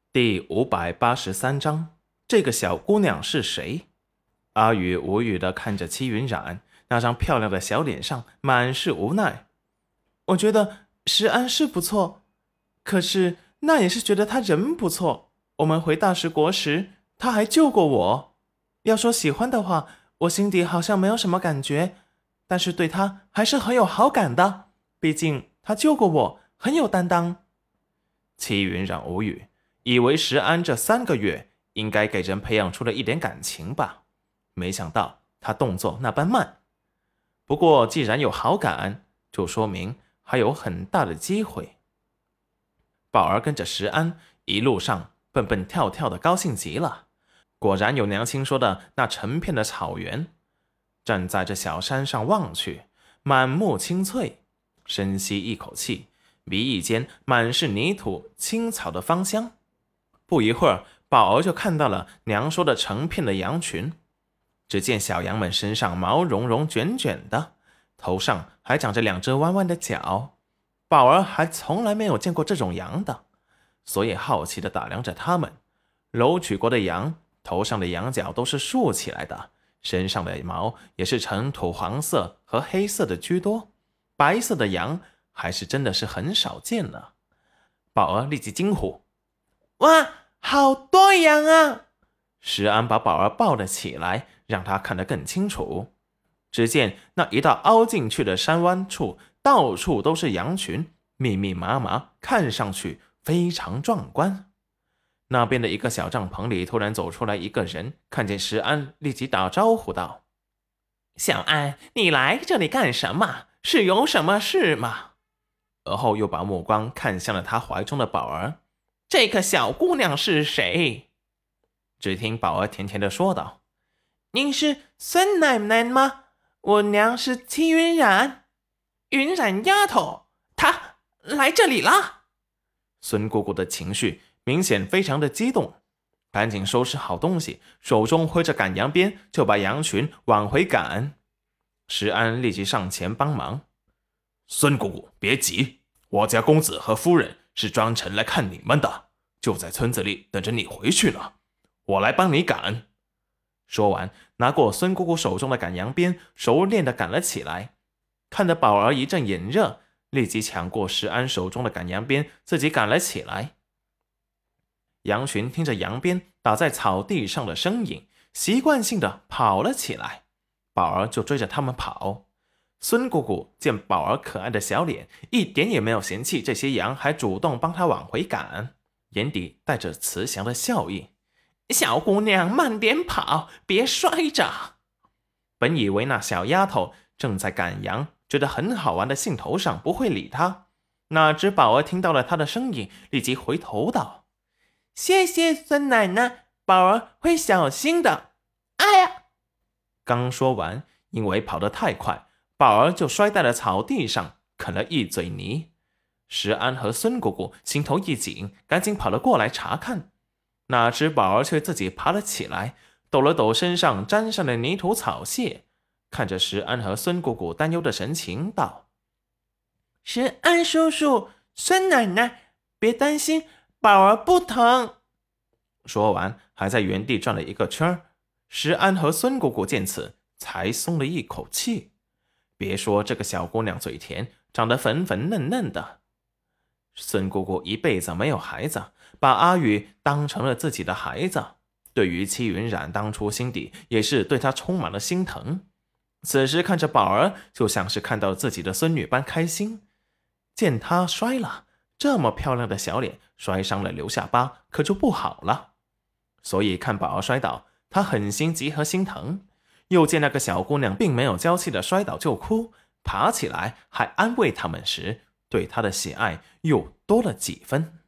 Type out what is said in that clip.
第583章，这个小姑娘是谁？阿宇无语地看着戚云染，那张漂亮的小脸上满是无奈。我觉得石安是不错，可是那也是觉得他人不错。我们回大石国时，他还救过我。要说喜欢的话，我心底好像没有什么感觉，但是对他还是很有好感的。毕竟他救过我，很有担当。戚云染无语。以为石安这3个月应该给人培养出了一点感情吧，没想到他动作那般慢。不过既然有好感，就说明还有很大的机会。宝儿跟着石安一路上蹦蹦跳跳的，高兴极了。果然有娘亲说的那成片的草原，站在这小山上望去，满目青翠，深吸一口气，鼻翼间满是泥土青草的芳香。不一会儿，宝儿就看到了娘说的成片的羊群。只见小羊们身上毛茸茸卷卷的，头上还长着2只弯弯的角。宝儿还从来没有见过这种羊的，所以好奇地打量着它们。楼曲国的羊头上的羊角都是竖起来的，身上的毛也是呈土黄色和黑色的居多，白色的羊还是真的是很少见了。宝儿立即惊呼：哇，好多羊啊！石安把宝儿抱了起来，让他看得更清楚。只见那一道凹进去的山湾处，到处都是羊群，密密麻麻，看上去非常壮观。那边的一个小帐篷里突然走出来一个人，看见石安，立即打招呼道：小安，你来这里干什么？是有什么事吗？而后又把目光看向了他怀中的宝儿。这个小姑娘是谁？只听宝儿甜甜地说道：您是孙奶奶吗？我娘是戚云染。云染丫头，她来这里了。孙姑姑的情绪明显非常的激动，赶紧收拾好东西，手中挥着赶羊鞭，就把羊群往回赶。石安立即上前帮忙：孙姑姑别急，我家公子和夫人是专程来看你们的，就在村子里等着你回去呢，我来帮你赶。说完，拿过孙姑姑手中的赶羊鞭，熟练地赶了起来。看得宝儿一阵眼热，立即抢过石安手中的赶羊鞭，自己赶了起来。羊群听着羊鞭打在草地上的声音，习惯性地跑了起来。宝儿就追着他们跑。孙姑姑见宝儿可爱的小脸，一点也没有嫌弃这些羊，还主动帮她往回赶，眼底带着慈祥的笑意。小姑娘慢点跑，别摔着。本以为那小丫头正在赶羊，觉得很好玩的兴头上，不会理她，哪知宝儿听到了她的声音，立即回头道：谢谢孙奶奶，宝儿会小心的。哎呀！刚说完，因为跑得太快，宝儿就摔在了草地上，啃了一嘴泥。石安和孙姑姑心头一紧，赶紧跑了过来查看。哪知宝儿却自己爬了起来，抖了抖身上沾上的泥土草屑，看着石安和孙姑姑担忧的神情道：石安叔叔，孙奶奶，别担心，宝儿不疼。说完还在原地转了一个圈。石安和孙姑姑见此才松了一口气，别说这个小姑娘嘴甜，长得粉粉嫩嫩的。孙姑姑一辈子没有孩子，把阿宇当成了自己的孩子，对于戚云染当初心底也是对她充满了心疼。此时看着宝儿，就像是看到自己的孙女般开心。见她摔了，这么漂亮的小脸摔伤了留下疤，可就不好了。所以看宝儿摔倒，他很心急和心疼。又见那个小姑娘并没有娇气的摔倒就哭，爬起来还安慰他们时，对她的喜爱又多了几分。